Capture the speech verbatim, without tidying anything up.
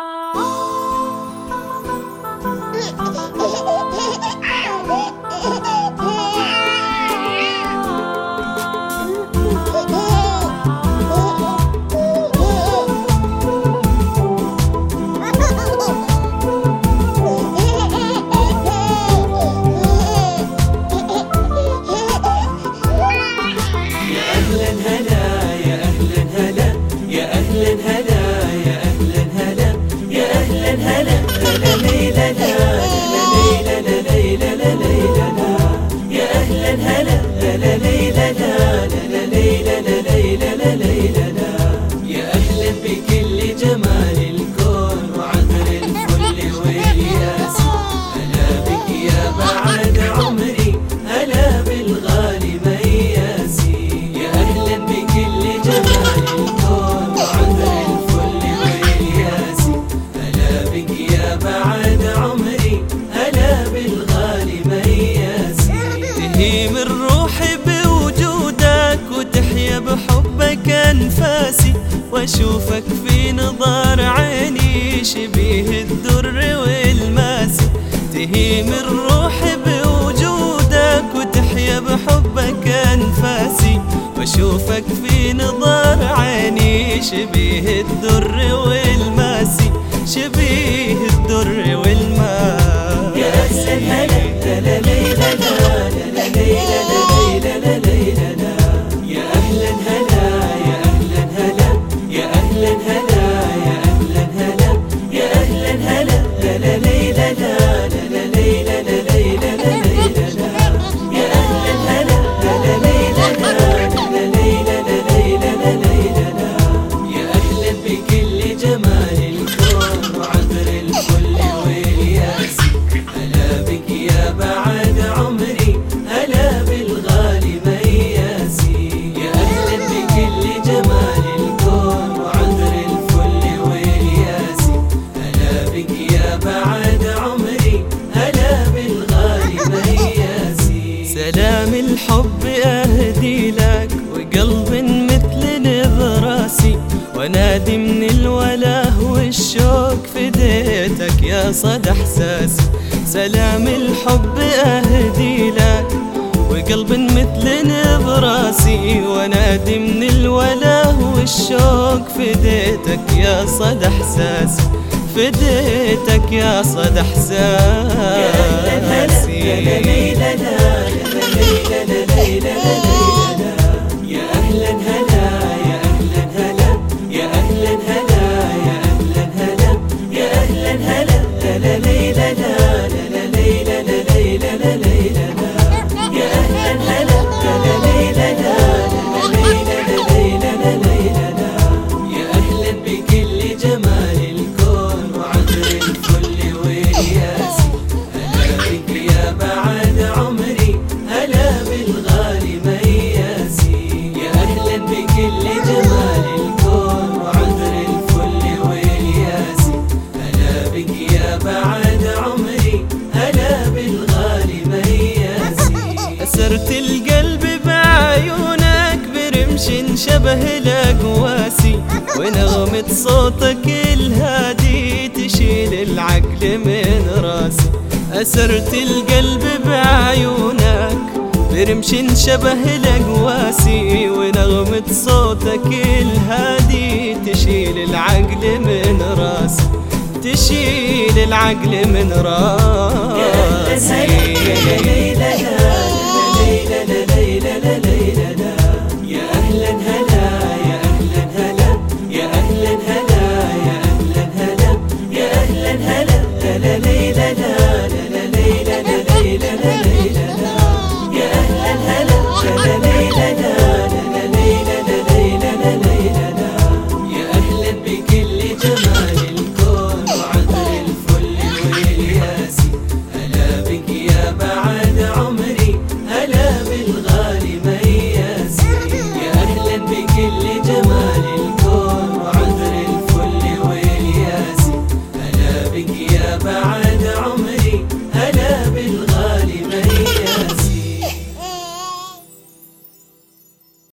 بحبك أنفاسي وأشوفك في نظار عيني شبيه الدر والماسي. تهيم الروح بوجودك وتحيا بحبك أنفاسي وأشوفك في نظار عيني شبيه الدر والماسي، شبيه الدر والماسي. يا أحسن هلا لا ليلى لا لا ليلى لا ليلى لا ليلى لا يا أهلا هلا يا أهلا هلا يا أهلا هلا يا أهلا هلا يا أهلا هلا لا ليلى لا لا ليلى لا ليلى لا ليلى لا يا أهلا هلا لا ليلى لا لا ليلى لا ليلى لا ليلى لا يا أهلا بكل جمال الكون وعطر الفل والياسي. هلا بك يا بعد عمري هلا بالغالي مياسي. يا أهلا بكل جمال الكون وعطر الفل والياسي. هلا بك يا بعد عمري هلا بالغالي مياسي. سلام الحب أهدي لك وقلب مثل نظراسي ونادي من الوله والشوق فديتك يا صدى احساسي. سلام الحب أهدي لك وقلب مثل نظراسي ونادي من الوله والشوق فديتك يا صدى احساسي، فديتك يا صدى احساسي. يا أهلا هلا لا ليلى لا ليلى لا ليلى لا ليلى لا يا أهلا هلا يا أهلا هلا يا أهلا هلا يا أهلا هلا يا أهلا هلا لا ليلى لا لا ليلى لا ليلى لا ليلى لا يا أهلا هلا لا ليلى لا لا ليلى لا ليلى لا ليلى لا يا أهلا بكل جمال الكون وعطر الفل والياسي. هلا بك يا بعد عمري هلا بالغالي مياسي. يا أهلا بكل جمال الكون وعطر الفل والياسي. هلا بك يا بعد عمري هلا بالغالي مياسي. أسرت القلب بعيونك برمش شبه الأقواسي ونغمة صوتك الهادي تشيل العقل من راسي. أسرت القلب بعيونك برمش شبه الأقواسي ونغمة صوتك الهادي تشيل العقل من راسي، تشيل العقل من راسي. يا أهلا هلا يا ليلى